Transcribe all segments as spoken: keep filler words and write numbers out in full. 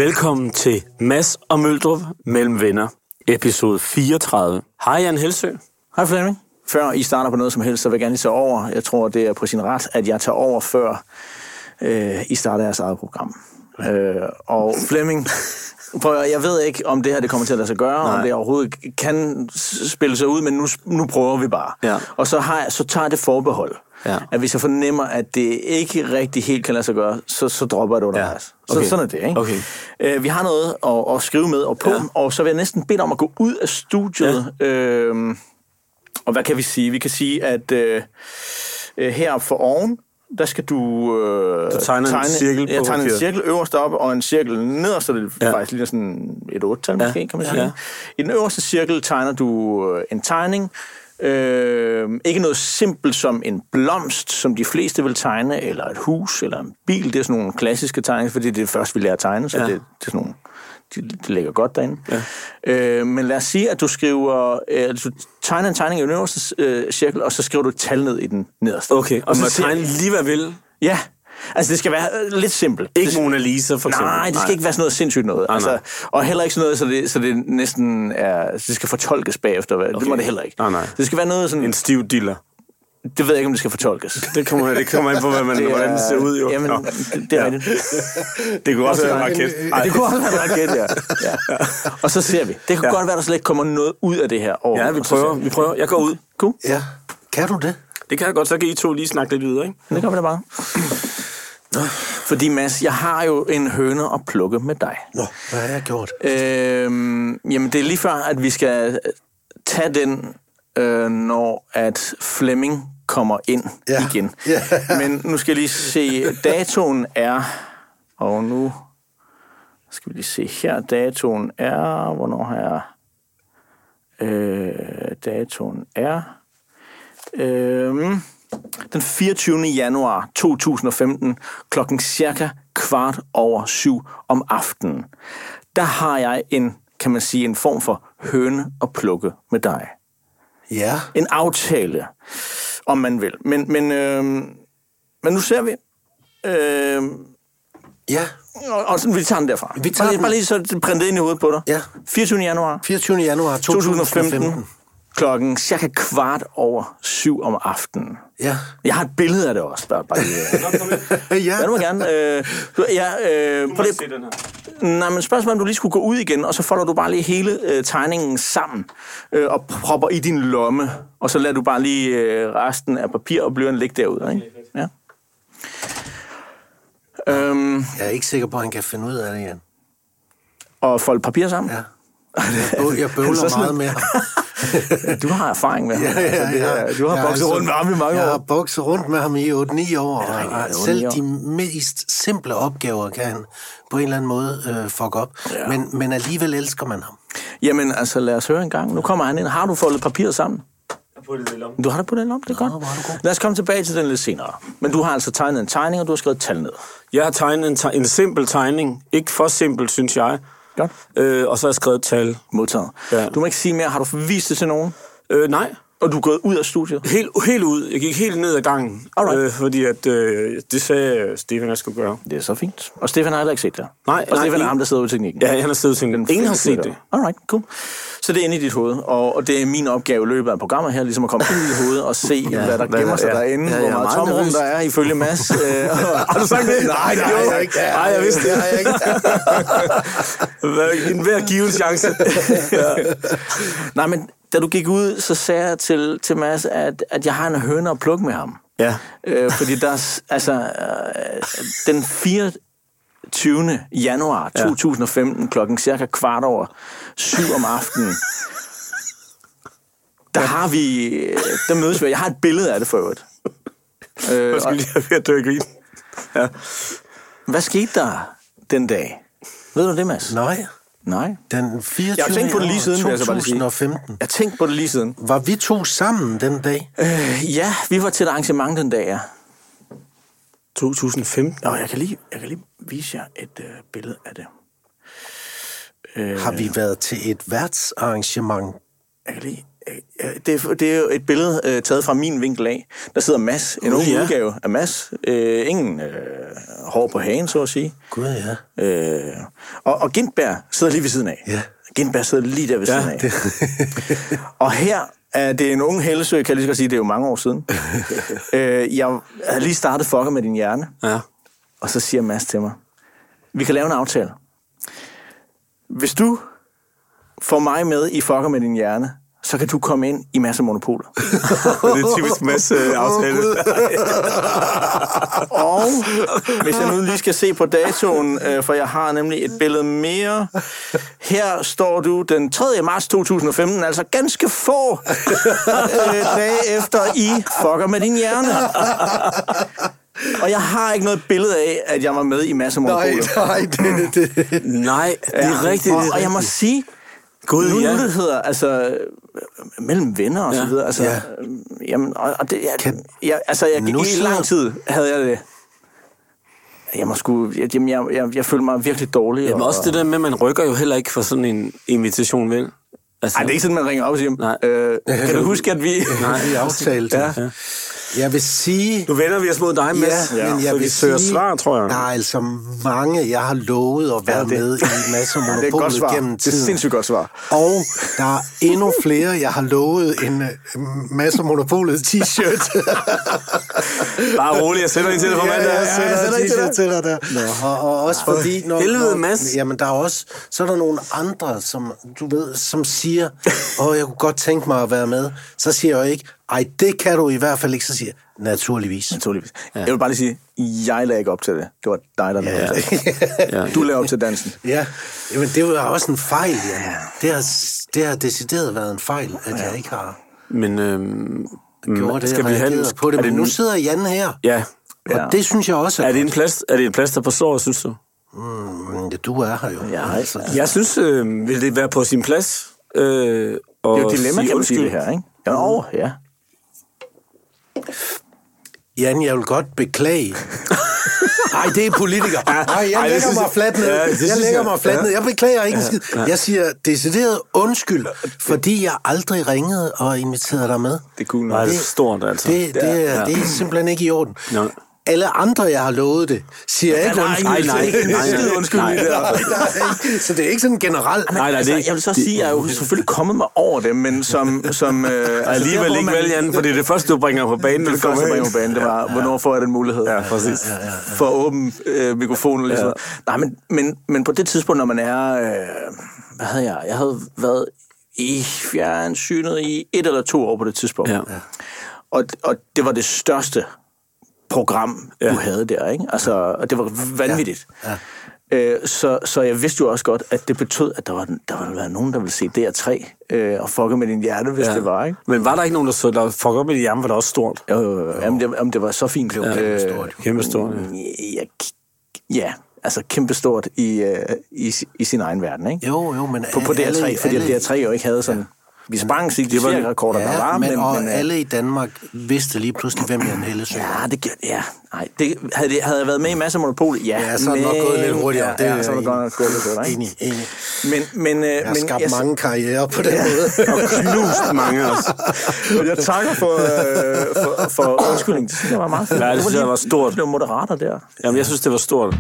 Velkommen til Mads og Møldrup mellem venner, episode fireogtredive. Hej Jan Helsø. Hej Flemming. Før I starter på noget som helst, så vil jeg gerne lige tage over. Jeg tror, det er på sin ret, at jeg tager over, før øh, I starter jeres eget program. Øh, og Flemming, for jeg ved ikke, om det her det kommer til at lade sig gøre, Nej. om det overhovedet kan spille sig ud, men nu, nu prøver vi bare. Ja. Og så, har jeg, så tager jeg det forbehold, ja. at hvis jeg fornemmer, at det ikke rigtig helt kan lade sig gøre, så, så dropper jeg det undervejs. Ja. Okay. Så sådan er det, ikke? Okay. Øh, vi har noget at, at skrive med og på, ja. og så vil jeg næsten bede om at gå ud af studiet. Ja. Øh, og hvad kan vi sige? Vi kan sige, at øh, her for oven, der skal du, øh, du tegne, tegne en cirkel på ja, tegne en cirkel øverst op og en cirkel nederst, så det er ja. faktisk lige sådan et otte-tal ja. måske, kan man sige. Ja. I den øverste cirkel tegner du en tegning. Øh, ikke noget simpelt som en blomst, som de fleste vil tegne, eller et hus, eller en bil. Det er sådan nogle klassiske tegninger, fordi det er det første, vi lærer at tegne, så ja. det, det er sådan nogle, de, de ligger godt derinde. Ja. Øh, men lad os sige, at du skriver, øh, du tegner en tegning i den øverste øh, cirkel, og så skriver du et tal ned i den nederste. Okay, og, og så må tegne lige hvad vil? Ja. Altså, det skal være lidt simpelt. Ikke Mona Lisa, for eksempel? Nej, det skal nej. ikke være sådan noget sindssygt noget. Ah, altså, og heller ikke sådan noget, så det, så det næsten er... Det skal fortolkes bagefter. Okay. Det må det heller ikke. Ah, nej. Det skal være noget sådan... En stiv diller. Det ved jeg ikke, om det skal fortolkes. Det kommer, det kommer ind på, hvad man, det er, hvordan det ser ud, jo. Jamen, det, det er rigtigt. Det kunne også være en raket. Ej. Det kunne også være en raket, ja. ja. Og så ser vi. Det kunne ja. godt være, der slet ikke kommer noget ud af det her år. Ja, vi prøver. Vi prøver. Jeg går ud. Cool. Ja. Kan du det? Det kan jeg godt. Så kan I to lige snakke lidt videre, ikke? Det gør vi da bare. Nå. Fordi Mads, jeg har jo en høne at plukke med dig. Nå, hvad har jeg gjort? Øhm, jamen, det er lige før, at vi skal tage den, øh, når at Flemming kommer ind ja. igen. Ja. Men nu skal jeg lige se, datoen er, og nu skal vi lige se her, datoen er, hvornår har jeg, øh, datoen er, øh, den fireogtyvende januar to tusind og femten, klokken cirka kvart over syv om aftenen. Der har jeg en, kan man sige, en form for høne at plukke med dig. Ja. En aftale, om man vil. Men, men, øh, men nu ser vi. Øh, ja. Og, og vi tager den derfra. Vi tager bare, den. bare lige så printe ind i hovedet på dig. Ja. fireogtyvende januar. fireogtyvende januar to tusind og femten. Klokken cirka kvart over syv om aftenen. Ja. Jeg har et billede af det også. Bare, bare lige. ja. Ja, du må gerne. Øh, du, ja, øh, på det, nej, men spørgsmålet om du lige skulle gå ud igen, og så folder du bare lige hele øh, tegningen sammen, øh, og propper i din lomme, og så lader du bare lige øh, resten af papir og bløren ligge derude, ikke? Ja. Øhm, jeg er ikke sikker på, at han kan finde ud af det igen. Og folde papir sammen? Ja. Jeg bøvler meget mere. Du har erfaring med ham. Ja, ja, ja. Altså, du har bokset rundt med ham i mange år. Jeg har bokset rundt med ham i otte ni år, ja, og ja, selv år. De mest simple opgaver kan han på en eller anden måde øh, fuck op. Ja. Men, men alligevel elsker man ham. Jamen, altså, lad os høre en gang. Nu kommer han ind. Har du foldet papiret sammen? Jeg har puttet det lidt om. Du har det puttet lidt om? Det er Nå, godt. Lad os komme tilbage til den lidt senere. Men du har altså tegnet en tegning, og du har skrevet tal ned. Jeg har tegnet en, te- en simpel tegning. Ikke for simpel, synes jeg. Godt. Øh, og så har jeg skrevet tal. Modtaget. Ja. Du må ikke sige mere. Har du vist det til nogen? Øh, nej. Og du er gået ud af studiet? Helt, helt ud. Jeg gik helt ned ad gangen. Øh, fordi at, øh, det sagde Stefan, jeg skulle gøre. Det er så fint. Og Stefan har heller ikke set det. Nej. Og nej, Stefan er ham, der sidder ude i teknikken. Ja, han har siddet i teknikken. Ingen har set det. Alright, cool. Så det er inde i dit hoved. Og, og det er min opgave i løbet af programmet her, ligesom at komme ind i dit hoved og se, ja, hvad der gemmer sig ja, derinde. Ja, ja, hvor meget tomrum der er, ifølge Mads. Har du sagt det? Nej, det har jeg ikke. Nej, jeg vidste det. En hver given chance. Ja. Nej, men da du gik ud, så sagde jeg til, til Mads, at, at jeg har en høne at plukke med ham. Ja. Øh, fordi der altså, øh, den fireogtyvende januar to tusind og femten, klokken cirka kvart over syv om aftenen, der har vi, der mødes vi. Jeg har et billede af det for øvrigt. Øh, Hvad skulle lige have været, at dø i grin? Ja. Hvad skete der den dag? Ved du det, Mads? Nej. Nej. Den fireogtyvende jeg har tænkt på det lige siden, to tusind og femten. Jeg har tænkt på det lige siden. Var vi to sammen den dag? Øh, ja, vi var til et arrangement den dag, ja. to tusind og femten? Nå, jeg kan lige, jeg kan lige vise jer et øh, billede af det. Øh, Har vi været til et værtsarrangement? Jeg kan lige... det, det er jo et billede øh, taget fra min vinkel af. Der sidder Mads, en ung ja. udgave af Mads. Øh, ingen øh, hår på hagen, så at sige. Gud, ja. Øh, og, og Gintberg sidder lige ved siden af. Ja. Gintberg sidder lige der ved Ja, siden af. Det. Og her er det en ung Hellesø, kan jeg lige så godt sige, det er jo mange år siden. øh, jeg havde lige startet Fucker med din hjerne. Ja. Og så siger Mads til mig, vi kan lave en aftale. Hvis du får mig med i Fucker med din hjerne, så kan du komme ind i Mads og Monopoler. Det er typisk Mads øh, aftale. Og hvis jeg nu lige skal se på datoen, øh, for jeg har nemlig et billede mere. Her står du den tredje marts to tusind og femten, altså ganske få øh, dage efter I Fucker med din hjerne. Og jeg har ikke noget billede af, at jeg var med i Mads og Monopoler. Nej, nej, det, det. Nej, det er Ja, rigtigt. Og, og jeg må sige, God, nu, ja. nu det hedder, altså, mellem venner og Ja. så videre, altså, Ja. øh, jamen, og, og det, jeg, Kan- jeg, altså, jeg, Nu i sidder- lang tid havde jeg det, jeg må sgu, jeg, jamen, jeg, jeg, jeg følte mig virkelig dårlig. Jamen og, også det der med, at man rykker jo heller ikke for sådan en invitation, vel? Altså, Ej, det er ikke sådan, man ringer op og siger, Nej. øh, kan du huske, at vi... Nej, vi aftalte. Ja. Ja. Jeg vil sige... Nu vender vi os mod dig, Mads. Ja, men jeg så vil vi søger sige, svar, tror jeg. Der er altså mange, jeg har lovet at være Ja, det- med i Mads og Det er et godt Monopolet svar. gennem Det er et tiden. sindssygt godt svar. Og der er endnu flere, jeg har lovet en uh, Mads og Monopolet t-shirt. Bare rolig, jeg sender en til dig på mandag. Ja, jeg jeg sender sender en en til t-shirt til dig der. Og, og også fordi... Når, Helvede, når, Mads. Jamen, der er også... Så er der nogle andre, som, du ved, som siger, åh, jeg kunne godt tænke mig at være med. Så siger jeg jo ikke, ej, det kan du i hvert fald ikke. Så siger jeg, naturligvis. Naturligvis. Ja. Jeg vil bare lige sige, jeg lagde ikke op til det. Det var dig, der lavede op til det. Ja. Du lavede op til dansen. Ja, jamen det var også en fejl, Jan. Det har, det har decideret været en fejl, at jeg ikke har Men øhm, gjort det, skal vi have reageret på det. er Men det nu en- sidder Jan her, og Ja. Ja. det synes jeg også Er det en plads, er det en plads der på såret, synes du? Mm, ja, du er her jo. Ja, altså. Jeg synes, øh, vil det være på sin plads? Øh, og Det er jo et dilemma, kan man sige det undskyld? her, ikke? Ja, over, ja. Jan, jeg vil godt beklage. Nej, det er politiker. Nej, jeg Ej, det lægger synes mig jeg- fladt ned. Ja, det Jeg synes lægger jeg. mig fladt ned. Jeg beklager ikke en skid. Jeg siger decideret undskyld, fordi jeg aldrig ringede og inviterede dig med. Det er cool nok. Nej, det er stort, altså. Det, det, er, det er simpelthen ikke i orden. Nej. Alle andre, jeg har lovet det, siger jeg ikke nej, undskyld. nej, nej, til. nej, nej, undskyld nej. lige der. Nej, nej. Så det er ikke sådan generelt. Nej, nej, Altså, det jeg vil så sige, at jeg er jo selvfølgelig kommet mig over det, men som... som øh, altså, alligevel der, hvor ikke man- vel, Jan, fordi det første, du bringer på banen, Det første, jeg bringer på banen, det var, hvornår får jeg den mulighed? Ja, præcis. For at åbne øh, mikrofonen. Ligesom. Ja. Nej, men, men, men på det tidspunkt, når man er... Øh, hvad havde jeg? Jeg havde været i fjernsynet i et eller to år på det tidspunkt. Ja. Og, og det var det største program, ja. du havde der, ikke? Altså, og det var vanvittigt. Ja. Ja. Øh, så, så jeg vidste jo også godt, at det betød, at der var, der ville være nogen, der ville se D R tre øh, og fucke med din hjerte, hvis ja. det var, ikke? Men var der ikke nogen, der så, der fuck op med dit hjerne, var det også stort? Jo, jo, jo. Jamen, det, jamen, det var så fint. Det var kæmpestort. Kæmpe stort, ja. Ja, ja, altså kæmpestort i, øh, i, i sin egen verden, ikke? Jo, jo, men På, på D R tre, alle- fordi alle- D R tre jo ikke havde sådan... Vi sprang sig de cirka rekorder, der var, men, men... og men øh, alle i Danmark vidste lige pludselig, hvem Jan Hellesø var. Ja, det gjorde ja. Nej, det, havde, det, havde jeg været med i Mads og Monopol? Ja, Ja, så er det nok men- gået lidt hurtigere. Ja, Det er ja, så er det jeg godt gået lidt hurtigere, ikke? Enig, enig. Men, men, øh, Jeg har men skabt jeg, mange karrierer på den måde. Og knust mange også. Men jeg takker for, øh, for, for undskyldning. Det synes jeg var meget fint. Ja, det synes jeg var stort. Det blev moderater der. Jamen, jeg synes, det var stort.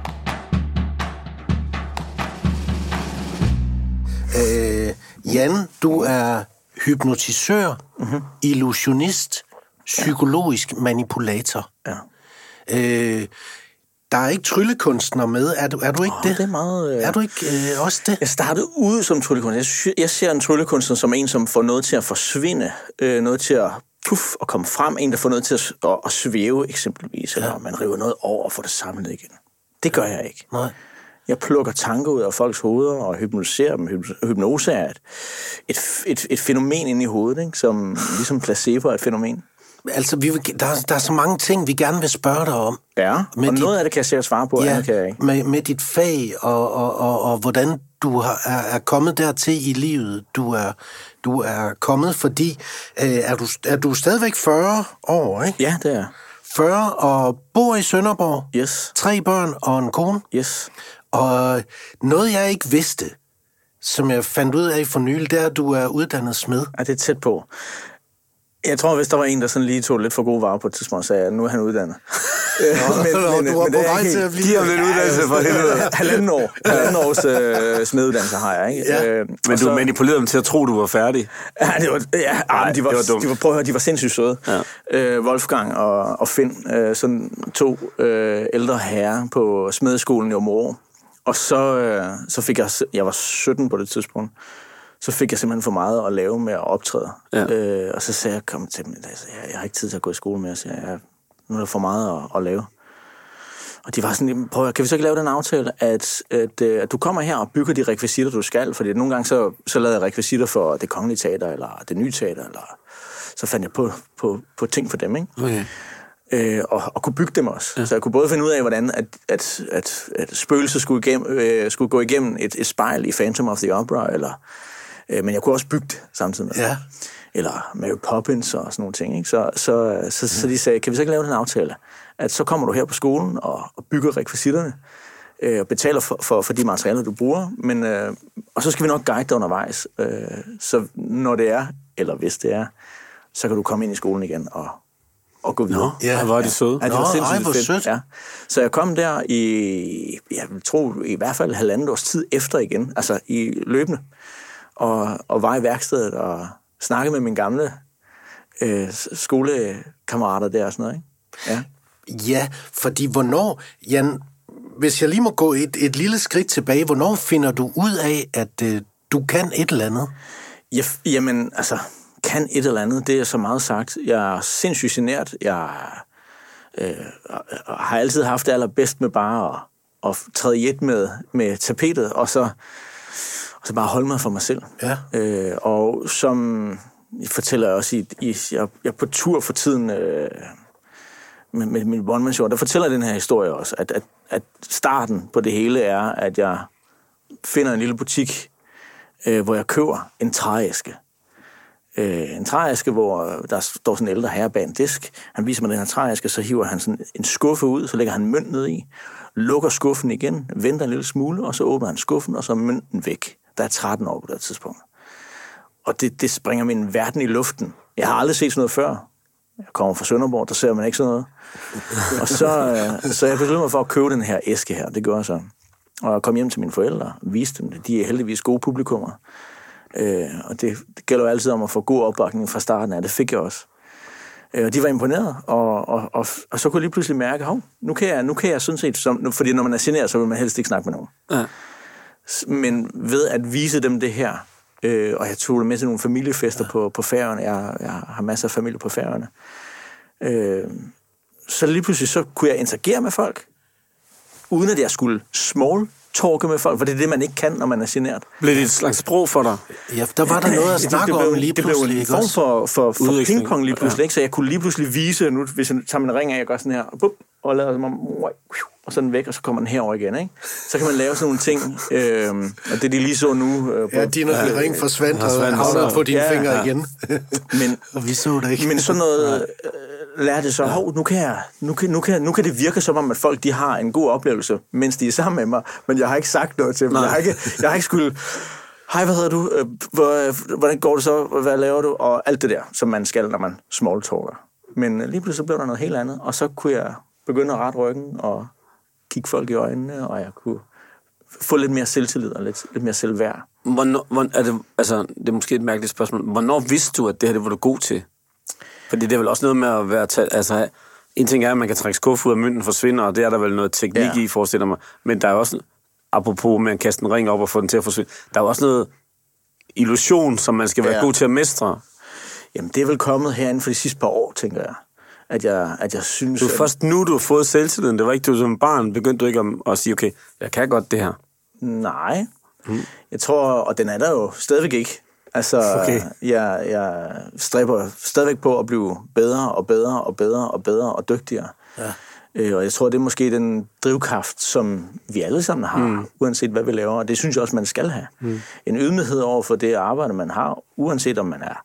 øh, Jan, du er hypnotisør, mm-hmm. illusionist, psykologisk manipulator. Ja. Øh, der er ikke tryllekunstner med. Er du, er du ikke Oh, det? det er meget... Øh... Er du ikke øh, også det? Jeg startede ude som tryllekunstner. Jeg, sy- jeg ser en tryllekunstner som en, som får noget til at forsvinde, øh, noget til at puff og komme frem, en, der får noget til at, at, at svæve eksempelvis, eller man river noget over og får det samlet igen. Det gør jeg ikke. Nej. Jeg plukker tanker ud af folks hoveder og hypnotiserer dem. Hypno- Hypnose er et, et, et, et fænomen inde i hovedet, ikke? Som ligesom placebo er et fænomen. Altså, vi vil, der, er- der er så mange ting, vi gerne vil spørge dig om. Ja, Med og dit- noget af det kan jeg sikkert svare på, ja, andet kan jeg ikke. med, med dit fag, og, og, og, og hvordan du har, er, er kommet dertil i livet. Du er, du er kommet, fordi øh, er, du, er du stadigvæk fyrre år, ikke? Ja, det er. fyrre og bor i Sønderborg. Yes, Tre børn og en kone. yes. Og noget, jeg ikke vidste, som jeg fandt ud af for nylig, det er, at du er uddannet smed. Ja, det er tæt på. Jeg tror, hvis der var en, der sådan lige tog lidt for gode varer på et tidspunkt, sagde jeg, nu er han uddannet. Nå, men, men, du var på vej til at blive... Giv ham lidt uddannelse for helvede. Halvanden år. Halvanden års øh, smeduddannelse har jeg, ikke? Ja. Øh, Men så, du manipulerede dem til at tro, du var færdig. Ja, det var, ja, Ej, de var, det var dumt. de var, prøv at høre, de var sindssygt søde. Ja. Øh, Wolfgang og, og Finn, øh, sådan to øh, ældre herrer på smedeskolen i Områ. Og så, øh, så fik jeg, jeg var sytten på det tidspunkt, så fik jeg simpelthen for meget at lave med at optræde. Ja. Øh, og så sagde jeg, kom til dem, altså, jeg, jeg har ikke tid til at gå i skole mere, så jeg, nu er der for meget at, at lave. Og de var sådan, prøv, kan vi så ikke lave den aftale, at, at, at du kommer her og bygger de rekvisitter, du skal? Fordi nogle gange så, så lavede jeg rekvisitter for Det Kongelige Teater, eller Det Nye Teater, eller så fandt jeg på, på, på ting for dem, ikke? Okay. Øh, og, og kunne bygge dem også. Ja. Så jeg kunne både finde ud af, hvordan at, at, at, at spøgelser skulle, igennem, øh, skulle gå igennem et, et spejl i Phantom of the Opera, eller, øh, men jeg kunne også bygge det samtidig med. Ja. Eller Mary Poppins og sådan nogle ting. Ikke? Så, så, så, så de sagde, kan vi så ikke lave den aftale, at så kommer du her på skolen og, og bygger rekvisitterne, øh, og betaler for, for, for de materialer, du bruger, men, øh, og så skal vi nok guide dig undervejs. Øh, så når det er, eller hvis det er, så kan du komme ind i skolen igen og og gå videre. Nå, ja, hvor var de søde. Ja, det var Nå, sindssygt ej, hvor fedt. sødt. Ja. Så jeg kom der i, jeg tror i hvert fald halvandet års tid efter igen, altså i løbende, og, og var i værkstedet og snakkede med mine gamle øh, skolekammerater der og sådan noget, ikke? Ja. Ja, fordi hvornår, Jan, hvis jeg lige må gå et, et lille skridt tilbage, hvornår finder du ud af, at øh, du kan et eller andet? Ja, jamen, altså, kan et eller andet, det er så meget sagt. Jeg er sindssygt genert. Jeg øh, har altid haft det allerbedst med bare at, at træde i et med, med tapetet, og så, og så bare holde mig for mig selv. Ja. Øh, og som jeg fortæller jeg også, i, i, jeg, jeg er på tur for tiden øh, med, med min one-man-show, der fortæller den her historie også, at, at, at starten på det hele er, at jeg finder en lille butik, øh, hvor jeg køber en trææske. Øh, en trææske, hvor der står sådan en ældre herre bag en disk. Han viser mig den her trææske, så hiver han sådan en skuffe ud, så lægger han mønt ned i, lukker skuffen igen, venter en lille smule, og så åbner han skuffen, og så er mønten væk. Der er tretten år på det tidspunkt. Og det, det springer min verden i luften. Jeg har aldrig set sådan noget før. Jeg kommer fra Sønderborg, der ser man ikke sådan noget. Og så, øh, så jeg besluttede mig for at købe den her æske her. Det gjorde jeg så. Og jeg kom hjem til mine forældre, viste dem det. De er heldigvis gode publikummer. Øh, og det, det gælder jo altid om at få god opbakning fra starten af. Det fik jeg også. Øh, og de var imponeret, og, og, og, og så kunne jeg lige pludselig mærke, hov, nu kan jeg, nu kan jeg sådan set, som, fordi når man er generet, så vil man helst ikke snakke med nogen. Ja. Men ved at vise dem det her, øh, og jeg tog det med til nogle familiefester ja. på, på Færøerne, jeg, jeg har masser af familie på Færøerne, øh, så lige pludselig så kunne jeg interagere med folk, uden at jeg skulle small talke med folk, for det er det, man ikke kan, når man er genert. Blev det et slags sprog for dig? Ja, der var der noget at snakke det, det blev, om lige det pludselig. Det blev en form for, for, for pingpong lige pludselig, ja. ikke? Så jeg kunne lige pludselig vise, nu, hvis jeg tager min ring af, jeg gør sådan her, og, bup, og lader mig, og så den væk, og så kommer den herover igen, ikke? Så kan man lave sådan nogle ting, øh, og det de lige så nu. Øh, ja, din ja, ring forsvandt, og havner på dine ja, fingre ja. igen. Men, og vi så det ikke. Men sådan noget øh, lærte så, hov, nu kan, jeg, nu, kan, nu, kan, nu kan det virke som om, at folk de har en god oplevelse, mens de er sammen med mig, men jeg har ikke sagt noget til dem. Jeg har ikke, jeg har ikke skulle, hej, hvad hedder du? Hvordan går det så? Hvad laver du? Og alt det der, som man skal, når man smalltalker. Men lige pludselig så blev der noget helt andet, og så kunne jeg begynde at rette ryggen og kigge folk i øjnene, og jeg kunne få lidt mere selvtillid og lidt, lidt mere selvværd. Hvornår, hvor, er det, altså, det er måske et mærkeligt spørgsmål. Hvornår vidste du, at det her det var du god til? Fordi det er vel også noget med at være... Tage, altså, en ting er, at man kan trække skuffe ud af mønten forsvinder, og det er der vel noget teknik ja. i, forestiller mig. Men der er også, apropos med at kaste en ring op og få den til at forsvinde, der er også noget illusion, som man skal være ja. god til at mestre. Jamen, det er vel kommet herinde for de sidste par år, tænker jeg. At jeg, at jeg synes... Du er først nu, du har fået selvtilliden. Det var ikke, du som barn begyndte du ikke at, at sige, okay, jeg kan godt det her. Nej. Mm. Jeg tror, og den er der jo stadigvæk ikke. Altså, okay. jeg, jeg stræber stadigvæk på at blive bedre og bedre og bedre og bedre og dygtigere. Ja. Øh, og jeg tror, det er måske den drivkraft, som vi alle sammen har, mm. uanset hvad vi laver. Og det synes jeg også, man skal have. Mm. En ydmyghed over for det arbejde, man har, uanset om man er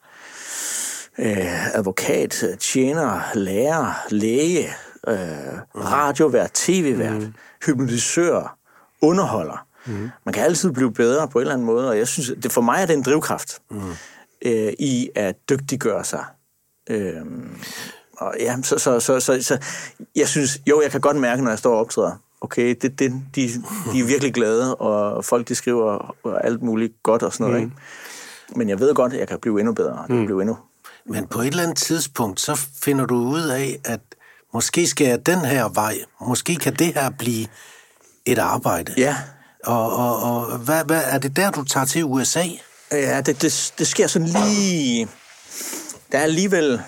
øh, advokat, tjener, lærer, læge, øh, radiovært, tv-vært, mm. hypnotisør, underholder. Mm. Man kan altid blive bedre på en eller anden måde, og jeg synes, det, for mig er det en drivkraft mm. øh, i at dygtiggøre sig. Øh, og ja, så, så, så, så, så jeg synes, jo, jeg kan godt mærke, når jeg står og optræder, okay, det, det, de, de er virkelig glade, og folk, de skriver alt muligt godt og sådan noget, mm. ikke? Men jeg ved godt, at jeg kan blive endnu bedre, mm. blive endnu. Men på et eller andet tidspunkt, så finder du ud af, at måske skal jeg den her vej, måske kan det her blive et arbejde. Ja. Og, og, og hvad, hvad, er det der, du tager til U S A? Ja, det, det, det sker sådan lige... Der er alligevel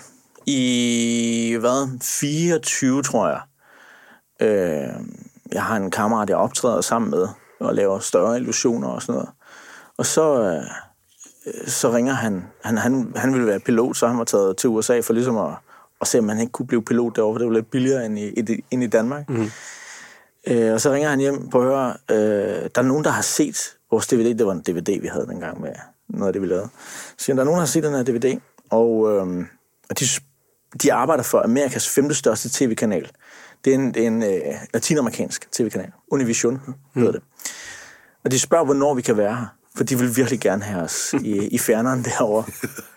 i, hvad, fireogtyve, tror jeg. Øh, jeg har en kammerat, jeg optræder sammen med, og laver større illusioner og sådan noget. Og så, øh, så ringer han, han, han, han ville være pilot, så han var taget til U S A for ligesom at, at se, om han ikke kunne blive pilot derovre, for det var lidt billigere end i, end i Danmark. Mm. Øh, og så ringer han hjem på at høre, øh, der er nogen, der har set vores D V D, det var en D V D, vi havde dengang med noget af det, vi lavede. Så siger, der er nogen, der har set den her D V D, og, øh, og de, de arbejder for Amerikas femte største tv-kanal. Det er en, en øh, latinamerikansk tv-kanal. Univision hedder det. Og de spørger, hvornår vi kan være her, for de vil virkelig gerne have os i, i fjerneren derovre.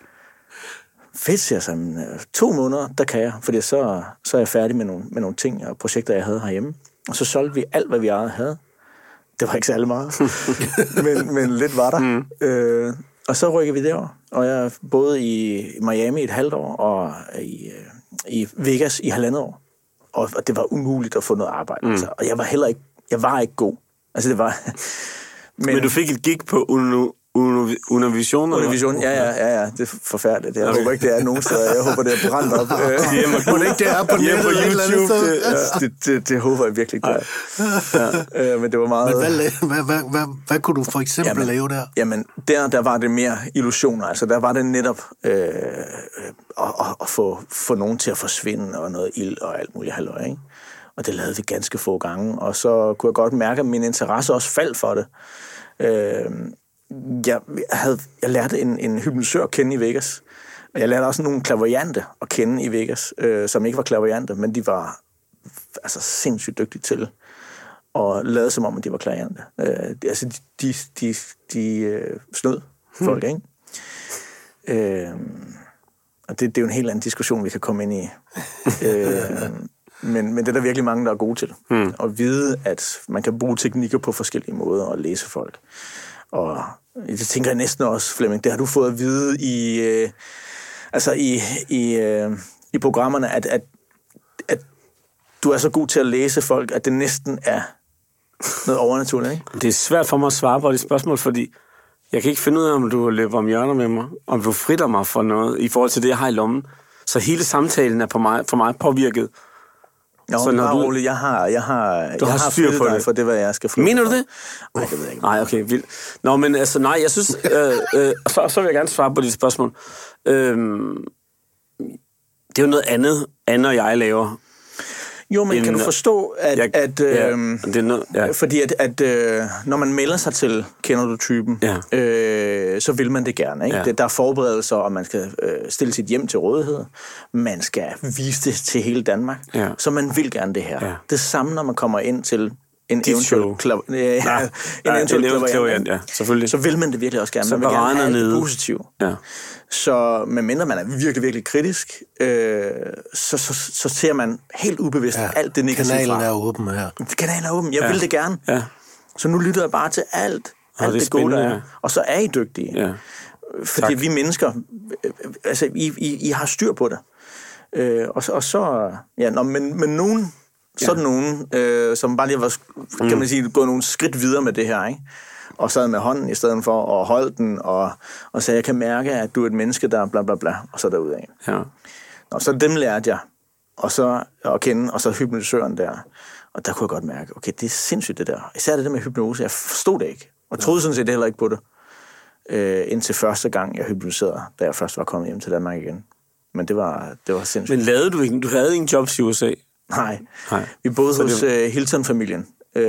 Fedt, siger jeg så. To måneder, der kan jeg, fordi så, så er jeg færdig med nogle, med nogle ting og projekter, jeg havde herhjemme. Og så solgte vi alt, hvad vi havde. Det var ikke særlig meget, men, men lidt var der. Mm. Øh, og så rykker vi derover. Og jeg boede i Miami et halvt år, og i, i Vegas i halvandet år. Og, og det var umuligt at få noget arbejde. Mm. Altså. Og jeg var heller ikke, jeg var ikke god. Altså det var... men, men du fik et gig på Uno... Univision? Univision, ja, ja, ja, ja, det er forfærdeligt. Jeg okay. håber ikke, det er nogen steder. Jeg håber, det er brændt op. Må det ikke, det er på nettet på YouTube? Det, ja, det, det, det håber jeg virkelig ikke, det er. Ja, men det var meget... Men hvad, hvad, hvad, hvad, hvad kunne du for eksempel jamen, lave der? Jamen, der, der var det mere illusioner. Altså, der var det netop øh, at, at få, få nogen til at forsvinde, og noget ild og alt muligt halløj, ikke? Og det lavede vi ganske få gange. Og så kunne jeg godt mærke, at min interesse også faldt for det. Øh, Jeg, havde, jeg lærte en, en hypnotisør at kende i Vegas. Og jeg lærte også nogle clairvoyante at kende i Vegas, øh, som ikke var clairvoyante, men de var altså sindssygt dygtige til at lade som om, at de var clairvoyante. Øh, de, altså, de, de, de, de øh, snød folk, hmm. ikke? Øh, og det, det er jo en helt anden diskussion, vi kan komme ind i. øh, men, men det er der virkelig mange, der er gode til. Hmm. At vide, at man kan bruge teknikker på forskellige måder at læse folk. Og det tænker jeg næsten også, Flemming, det har du fået at vide i, øh, altså i, i, øh, i programmerne, at, at, at du er så god til at læse folk, at det næsten er noget overnaturligt, ikke? Det er svært for mig at svare på de spørgsmål, fordi jeg kan ikke finde ud af, om du løber om hjørner med mig, om du fritter mig for noget i forhold til det, jeg har i lommen. Så hele samtalen er på mig, for mig påvirket. Nå, så når du... roligt. Jeg har, jeg har, du jeg har, har styr på dig det. For det, hvad jeg skal flytte. Mener du det? Nej, det ved jeg ikke. Nej, okay, vildt. Nå, men altså, nej, jeg synes... Øh, øh, så, så vil jeg gerne svare på dit spørgsmål. Øhm, det er jo noget andet, andet jeg laver. Jo, men en, kan du forstå, at... jeg, at øh, ja, det er noget, ja. Fordi at, at øh, når man melder sig til Kender du typen, ja. øh, så vil man det gerne, ikke? Ja. Det, der er forberedelser, og man skal øh, stille sit hjem til rådighed. Man skal vise det til hele Danmark. Ja. Så man vil gerne det her. Ja. Det samme, når man kommer ind til en Dit eventuel klav... ja, nej, en nej, eventuel klaverjant, ja, selvfølgelig. Så vil man det virkelig også gerne. Så man vil gerne have nede. det positivt. Ja. Så medmindre man er virkelig, virkelig kritisk, øh, så, så, så ser man helt ubevidst ja. alt det negative fra. Kanalen er åben her. Kanalen er åben. Jeg ja. vil det gerne. Ja. Så nu lytter jeg bare til alt, alt det, det gode, der er. Ja. Og så er I dygtige. Ja. Fordi tak. Vi mennesker, altså, I, I, I har styr på det. Øh, og, og så, ja, nå, men, men nogen, sådan ja. nogen, øh, som bare lige var, kan man sige, gået nogle skridt videre med det her, ikke? Og sad med hånden i stedet for at holde den, og, og sagde, jeg kan mærke, at du er et menneske, der bla bla bla, og så derudad. Ja. Og så dem lærte jeg, og så at kende, og så hypnotisøren der. Og der kunne jeg godt mærke, okay, det er sindssygt det der. Især det der med hypnose, jeg forstod det ikke, og troede sådan set heller ikke på det, øh, indtil første gang, jeg hypnotiserede, da jeg først var kommet hjem til Danmark igen. Men det var, det var sindssygt. Men lavede du ikke, du havde ingen jobs i U S A? Nej, Nej. Vi boede så hos det... uh, Hilton-familien. Uh,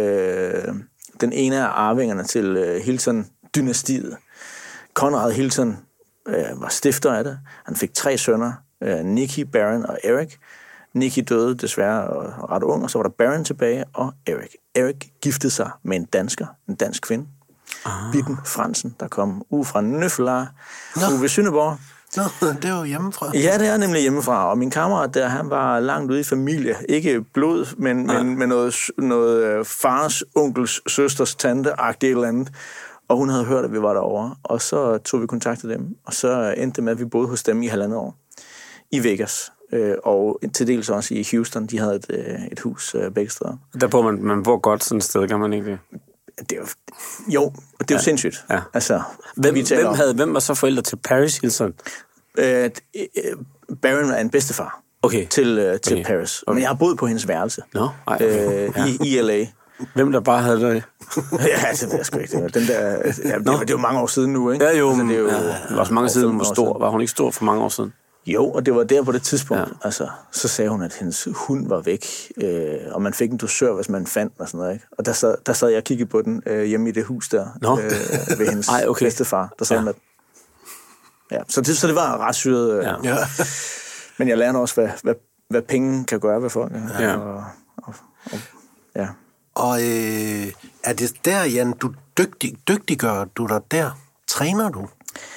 den ene af arvingerne til uh, Hilton-dynastiet. Conrad Hilton uh, var stifter af det. Han fik tre sønner, uh, Nicky, Baron og Eric. Nicky døde desværre og ret ung, og så var der Baron tilbage, og Erik. Erik giftede sig med en dansker, en dansk kvinde. Ah. Bitten Fransen, der kom ude fra Nøffelar, ude ved Sønderborg. Nå, det er jo hjemmefra. Ja, det er nemlig hjemmefra, og min kammerat der, han var langt ude i familie. Ikke blod, men, men med noget, noget fars, onkels, søsters, tante-agtigt eller andet. Og hun havde hørt, at vi var derovre, og så tog vi kontakt til dem, og så endte det med, at vi boede hos dem i halvandet år i Vegas. Og til dels også i Houston, de havde et, et hus begge steder. Der bor man, man bor godt sådan et sted, kan man ikke? Det er jo, jo, og det er jo ja. sindssygt. Ja. Altså, hvem, hvem, havde, hvem var så forældre til Paris Hilton? Øh, Baron er en bedstefar okay. til, øh, til okay. Paris. Okay. Men jeg har boet på hendes værelse no? Ej, okay. øh, ja. i, i L A. Hvem der bare havde det? Ja, det ved jeg sgu ikke. Den der, ja, det, det er jo mange år siden nu, ikke? Ja, jo. Altså, det er jo ja, det var også mange år siden, hun var stor. Siden. Var hun ikke stor for mange år siden? Jo, og det var der på det tidspunkt. Ja. Altså, så sagde hun, at hendes hund var væk, øh, og man fik en dusør, hvis man fandt den og sådan noget, ikke? Og der sad, der sad jeg og kiggede på den øh, hjemme i det hus der, no. øh, ved hendes Ej, okay. bedstefar. Der sad ja. med. Ja, så det, så det var ret syret. Øh. Ja. Men jeg lærte også, hvad, hvad, hvad penge kan gøre ved folk. Ja. Ja. Og, og, og, ja. Og øh, er det der, Jan, du dygtig, dygtiggør du dig der? Træner du?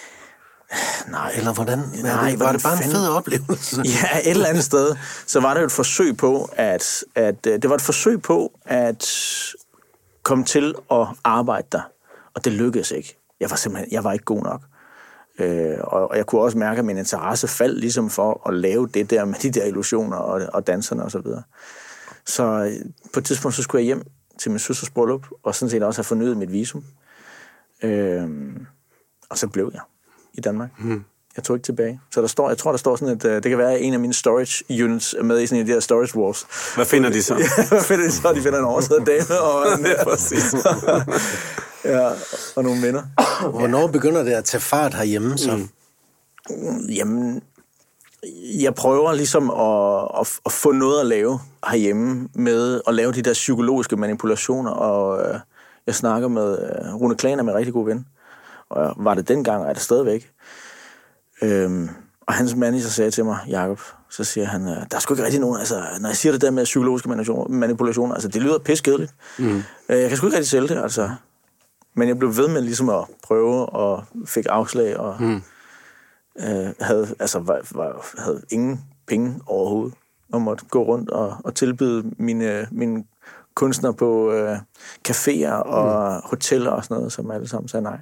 Nej. Eller hvordan? Nej, var det bare en fed oplevelse? Ja, et eller andet sted. Så var det jo et forsøg på, at, at det var et forsøg på at komme til at arbejde der. Og det lykkedes ikke. Jeg var simpelthen, jeg var ikke god nok. Øh, og jeg kunne også mærke, at min interesse faldt ligesom for at lave det der med de der illusioner og, og danserne og så videre. Så på et tidspunkt, så skulle jeg hjem til min søsters bryllup, og sådan set også have fornyet mit visum. Øh, og så blev jeg i Danmark. Mm. Jeg tog ikke tilbage. Så der står, jeg tror, der står sådan, at det kan være en af mine storage units med i sådan en af de her storage wars. Hvad finder de så? Ja, hvad finder de så? De finder en oversædet dame og en præcis. Ja, og nogle venner. Hvornår begynder det at tage fart herhjemme så? Mm. Jamen, jeg prøver ligesom at, at, at få noget at lave herhjemme med at lave de der psykologiske manipulationer, og øh, jeg snakker med øh, Rune Klaner, med rigtig god ven, og var det dengang, og er det stadigvæk. Øhm, og hans manager sagde til mig, Jakob, så siger han, der er sgu ikke rigtig nogen, altså, når jeg siger det der med psykologiske manipulationer, altså, det lyder piskedeligt. Mm. Jeg kan sgu ikke rigtig sælge det, altså. Men jeg blev ved med ligesom at prøve, og fik afslag, og mm. øh, havde, altså, var, var, havde ingen penge overhovedet, og måtte gå rundt og, og tilbyde mine, mine kunstnere på øh, caféer og mm. hoteller og sådan noget, som alle sammen sagde nej.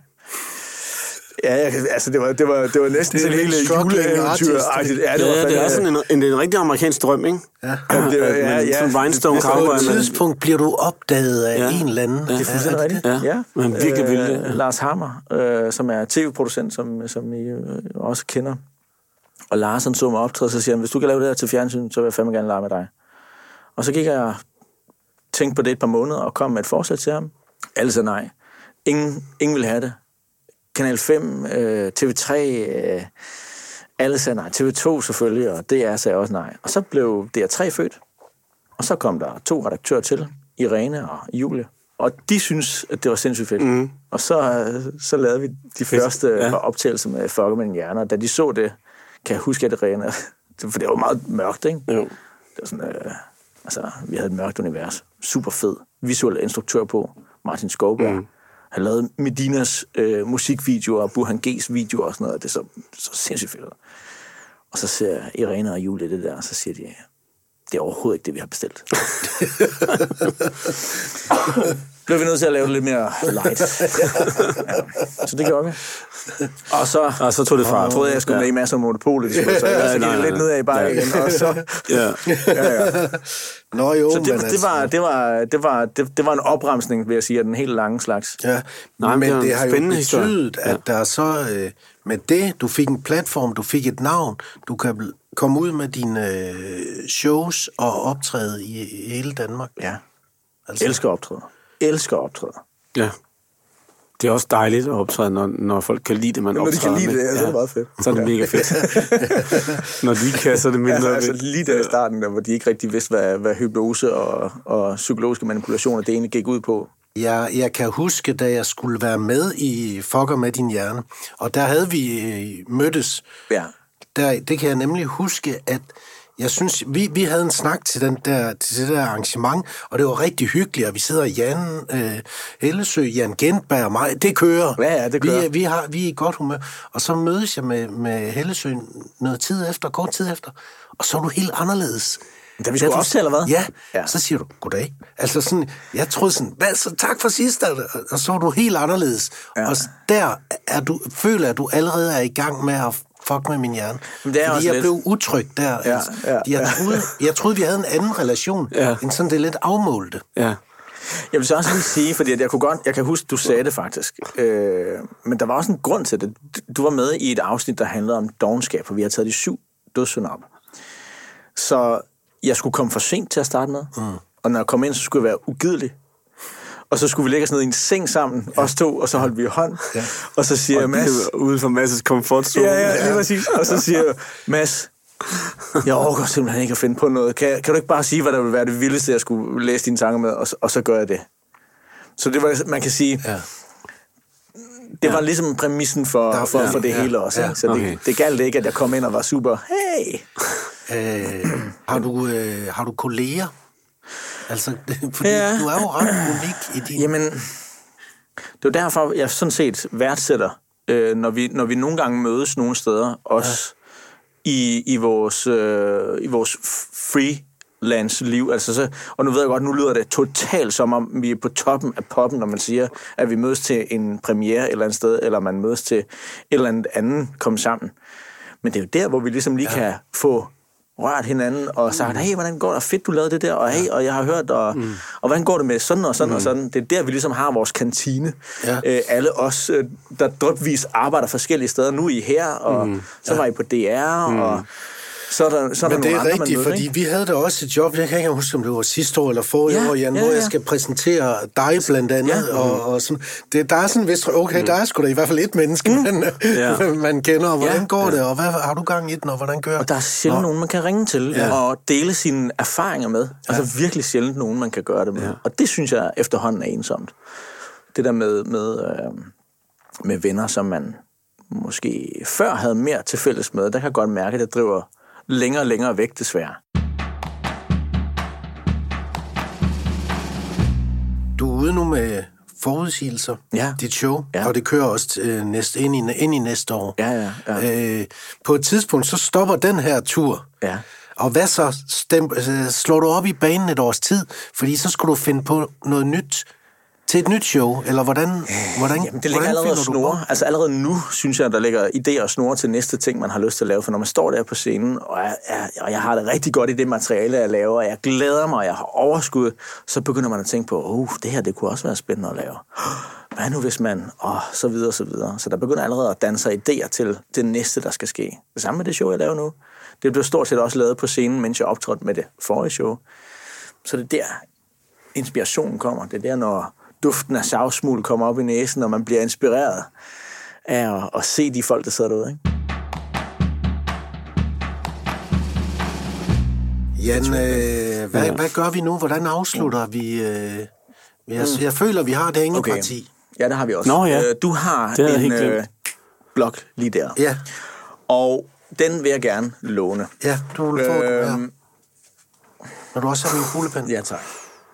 Ja, altså det var, det var, det var næsten sådan hele juleeventyr. Ja, det, var ja, det er sådan en, en, en rigtig amerikansk drøm, ikke? Ja, det var, ja, ja. Sådan Rhinestone Cowboy. På et tidspunkt bliver du opdaget af ja. en eller anden. Ja. Det er fuldstændig rigtigt. Ja, ja. Men virkelig øh, vildt. Lars Hammer, øh, som er tv-producent, som, som I øh, også kender. Og Lars, han så mig optræde, så siger han, hvis du kan lave det her til fjernsyn, så vil jeg fandme gerne lege med dig. Og så gik jeg tænkte på det et par måneder, og kom med et forslag til ham. Alle sagde nej. Ingen, ingen ville have det. Kanal fem, øh, T V tre, øh, alle sagde nej. T V to selvfølgelig, og D R sagde også nej. Og så blev D R tre født, og så kom der to redaktører til, Irene og Julie. Og de synes, at det var sindssygt fedt. Mm. Og så, så lavede vi de fedt. første ja. optagelser med Fucker med en hjerne, og da de så det, kan jeg huske, at det Irene, for det var meget mørkt, ikke? Jo. Det var sådan, øh, altså, vi havde et mørkt univers. Super fed. Visuel instruktør på, Martin Skovberg. Mm. Han lavede Medinas øh, musikvideoer og Burhan G's videoer og sådan noget. Det er så, så sindssygt fedt. Og så ser Irene og Julie det der, og så siger de, det er overhovedet ikke det, vi har bestilt. Blev vi nødt til at lave det lidt mere light. Ja. Så det gjorde vi. Og så, og så tog det fra. Jeg troede, jeg skulle ja. med i masser af monopolet. Så jeg gik ja, lidt ned af i bakken ja. igen. Og så, ja. Ja, ja. Nå jo, så det, det, det, var, det, var, det, var, det, det var en opremsning, vil jeg sige, af den helt lange slags. Ja, Nej, men det, det har jo betydet, at ja. der så øh, med det, du fik en platform, du fik et navn, du kan komme ud med dine øh, shows og optræde i, i hele Danmark. Ja, altså. Elsker optræde. Elsker optræde. Ja. Det er også dejligt at optræde, når, når folk kan lide det, man optræder med. Når de kan lide det, ja, så er det meget fedt. Så er det mega fedt. Når de ikke kan, så er det mindre ja, altså, lige der i starten, der, hvor de ikke rigtig vidste, hvad, hvad hypnose og, og psykologiske manipulationer, det egentlig gik ud på. Jeg, jeg kan huske, da jeg skulle være med i Fucker med din hjerne, og der havde vi øh, mødtes. Ja. Der, det kan jeg nemlig huske, at jeg synes, vi, vi havde en snak til, den der, til det der arrangement, og det var rigtig hyggeligt, og vi sidder Jan øh, Hellesø, Jan Gentberg og mig. Det kører. Ja, ja, det kører. Vi, vi, har, vi er i godt humør. Og så mødes jeg med, med Hellesø noget tid efter, kort tid efter, og så er du helt anderledes. Da vi skulle op til, eller hvad? Ja, ja, så siger du, goddag. Altså sådan, jeg troede sådan, hvad så, tak for sidst, og så er du helt anderledes. Ja. Og der er du, føler jeg, at du allerede er i gang med at fuck med min hjerne. Men det er fordi jeg lidt... blev utryg der. Ja, altså, ja, jeg, troede, jeg troede, vi havde en anden relation, ja. End sådan det lidt afmålte. Ja. Jeg vil så også lige sige, fordi jeg kunne godt, jeg kan huske, du sagde det faktisk, øh, men der var også en grund til det. Du var med i et afsnit, der handlede om dovenskab, for vi har taget de syv dødssynder op. Så jeg skulle komme for sent til at starte med, mm. og når jeg kom ind, så skulle jeg være ugidelig. Og så skulle vi lægge os ned i en seng sammen, ja. Os to, og så holdt vi hånd. Ja. Og så siger og Mads... Ude for Mads' komfortzone. Ja, ja, lige præcis. Og så siger jeg, Mads, jeg overgår simpelthen ikke at finde på noget. Kan, kan du ikke bare sige, hvad der ville være det vildeste, jeg skulle læse dine tanker med, og, og så gør jeg det. Så det var, man kan sige... Ja. Det var ja. Ligesom præmissen for, der, for, ja, for det ja, hele også. Ja, så okay. det, det galt ikke, at jeg kom ind og var super, hey! Øh, har, du, øh, har du kolleger? Altså, fordi ja. Du er jo ret unik i din... Jamen, det er derfor, jeg sådan set værdsætter, øh, når, vi, når vi nogle gange mødes nogle steder, også ja. i, i vores, øh, i vores freelance-liv. Altså, så, og nu ved jeg godt, nu lyder det totalt som om, vi er på toppen af poppen, når man siger, at vi mødes til en premiere et eller andet sted, eller man mødes til et eller andet andet komme sammen. Men det er jo der, hvor vi ligesom lige ja. Kan få... rørt hinanden og sagt, hey, hvordan går det? Fedt, du lavede det der, og hey, og jeg har hørt, og, mm. og hvordan går det med sådan og sådan mm. og sådan. Det er der, vi ligesom har vores kantine. Ja. Æ, alle os, der drypvis arbejder forskellige steder. Nu er I her, og mm. så var I på D R, mm. og så er der, så er Men der det er andre, rigtigt, fordi ikke? Vi havde da også et job, jeg kan ikke huske, om det var sidste år eller forrige ja, år, Jan, ja, ja. Hvor jeg skal præsentere dig blandt andet, ja. og, og sådan. Det, der er sådan vist, okay, mm. der er sgu da i hvert fald et menneske, mm. man, ja. man kender, og hvordan ja. Går det, og hvad har du gang i den, og hvordan gør det? Og der er sjældent Nå. Nogen, man kan ringe til, ja. Og dele sine erfaringer med. Ja. Altså virkelig sjældent nogen, man kan gøre det med. Ja. Og det synes jeg efterhånden er ensomt. Det der med, med, øh, med venner, som man måske før havde mere til fælles med, der kan jeg godt mærke, at det driver længere og længere væk, desværre. Du er ude nu med forudsigelser, ja. Dit show, ja. Og det kører også øh, næste, ind, i, ind i næste år. Ja, ja, ja. Øh, på et tidspunkt, så stopper den her tur. Ja. Og hvad så? Stem, øh, slår du op i banen et års tid? Fordi så skulle du finde på noget nyt til et nyt show, eller hvordan, hvordan, Jamen, det ligger allerede og snore. Altså allerede nu, synes jeg, der ligger idéer og snore til næste ting, man har lyst til at lave. For når man står der på scenen, og jeg, jeg, og jeg har det rigtig godt i det materiale, jeg laver, og jeg glæder mig, og jeg har overskud, så begynder man at tænke på, oh, det her, det kunne også være spændende at lave. Hvad nu hvis man, og oh, så videre, så videre. Så der begynder allerede at danne sig idéer til det næste, der skal ske. Det samme med det show, jeg laver nu. Det blev stort set også lavet på scenen, mens jeg optrådte med det forrige show. Så det er der, inspirationen kommer. Det er der, når duften af savsmuld kommer op i næsen, og man bliver inspireret af at, at se de folk, der sidder derude, ikke? Jan, øh, hvad, ja. hvad gør vi nu? Hvordan afslutter mm. vi? Øh, jeg, mm. jeg føler, vi har det hængeparti. Okay. Ja, det har vi også. Nå, ja. Du har en øh, blog lige der. Ja. Og den vil jeg gerne låne. Ja, du vil få øh, den, ja. Vil du også have min kuglepen? Ja, tak.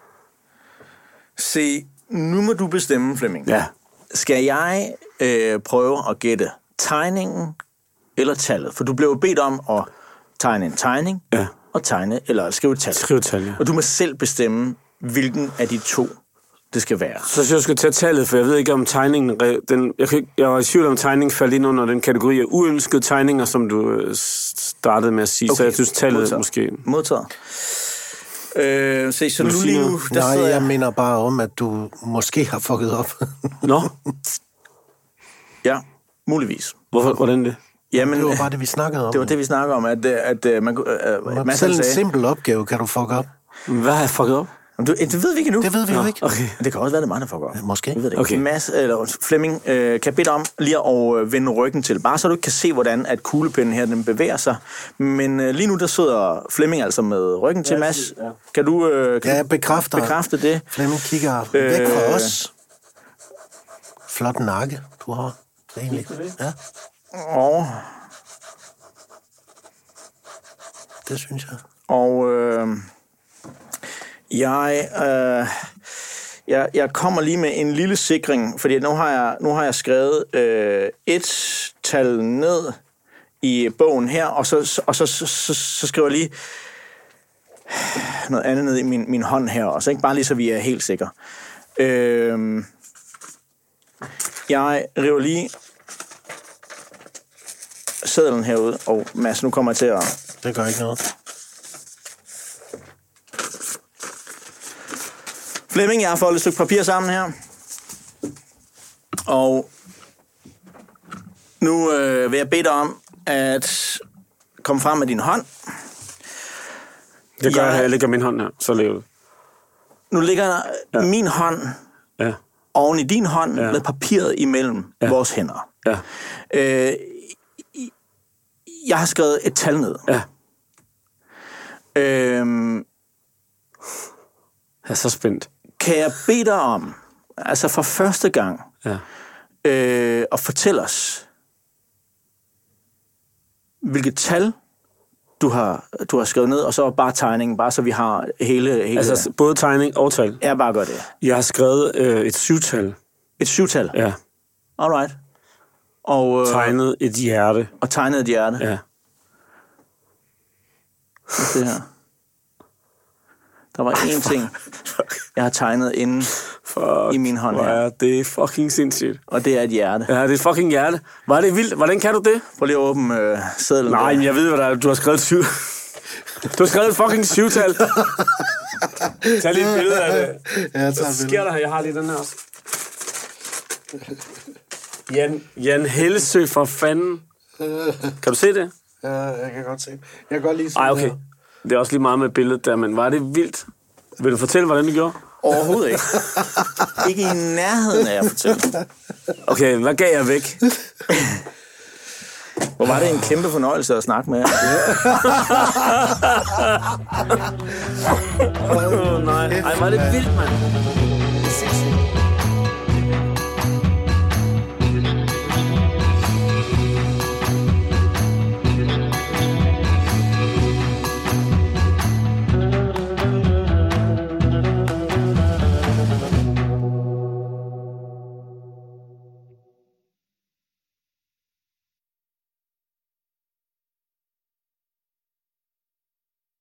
Se, nu må du bestemme, Flemming. Ja. Skal jeg øh, prøve at gætte tegningen eller tallet? For du blev bedt om at tegne en tegning, ja. Og tegne eller skrive et tal. Skrive tal, ja. Og du må selv bestemme, hvilken af de to det skal være. Så synes jeg, jeg skal tage tallet, for jeg ved ikke om tegningen... Den, jeg, kan, jeg var i tvivl om tegningen faldt ind under den kategori af uønskede tegninger, som du startede med at sige. Okay. Så jeg synes, tallet Modtaget. Måske... Modtaget. Øh, se, så nu lige nu... Der Nej, jeg, jeg mener bare om, at du måske har fucket op. Nå? Ja, muligvis. Hvorfor? Hvordan det? Jamen, det var bare det, vi snakkede om. Det var det, vi snakkede om, at, at, at man... Uh, man selv en sagde, simpel opgave kan du fuck op. Hvad har jeg fucket op? Du, det ved vi ikke endnu. Det ved vi jo ja, ikke. Okay. Det kan også være, det er mig, der fucker op. Måske. Jeg ved det ikke. Okay. Mads, eller Flemming, øh, kan jeg bede om lige at vende ryggen til, bare så du ikke kan se, hvordan at kuglepinden her, den bevæger sig. Men øh, lige nu, der sidder Flemming altså med ryggen til, Mads. Ja. Kan du, øh, kan ja, jeg bekræfter. bekræfte det? Flemming kigger øh, væk fra os. Flot nakke, du har. Egentlig. Ja. Og... det synes jeg. Og øh, jeg, øh, jeg, jeg kommer lige med en lille sikring, fordi nu har jeg, nu har jeg skrevet øh, et tal ned i bogen her, og så, og så, så, så, så skriver jeg lige noget andet ned i min, min hånd her også, ikke? Bare lige så vi er helt sikre. Øh, jeg river lige sedlen herude, og Mads, nu kommer jeg til at... Det gør ikke noget. Flemming, jeg har fået et stykke papir sammen her. Og nu øh, vil jeg bede dig om at komme frem med din hånd. Det gør jeg, jeg lægger min hånd her, så lever det. Nu ligger der ja. min hånd ja. oven i din hånd ja. med papiret imellem ja. vores hænder. Ja. Øh, jeg har skrevet et tal ned. Ja. Øh, jeg er så spændt. Kan jeg bede dig om, altså for første gang, ja. øh, at fortælle os, hvilket tal du har, du har skrevet ned, og så bare tegningen, bare så vi har hele... hele altså både tegning og tal? Ja, bare gør det. Jeg har skrevet øh, et syvtal. Et syvtal? Ja. Alright. Og, øh, tegnet et hjerte. Og tegnet et hjerte? Ja. Det her. Der var én ting, jeg har tegnet inde Fuck, i min hånd her. Ja, det er fucking sindssygt. Og det er et hjerte. Ja, det er et fucking hjerte. Var det vildt? Hvordan kan du det? Prøv lige at åbne øh, sedlen. Nej, men jeg ved, hvad der er. Du har skrevet et syv. Du har skrevet et fucking syvtal. Tag lige et billede af det. Ja, jeg Hvad sker der her? Jeg har lige den her også. Jan, Jan Hellesø, for fanden. Kan du se det? Ja, jeg kan godt se det. Jeg kan godt lide Ej, okay. Det er også lige meget med billedet der, men var det vildt? Vil du fortælle, hvordan du gjorde? Overhovedet ikke. Ikke i nærheden af at fortælle. Okay, hvad gav jeg væk? Hvor var det en kæmpe fornøjelse at snakke med jer. Åh, nej. Ej, var det vildt, mand.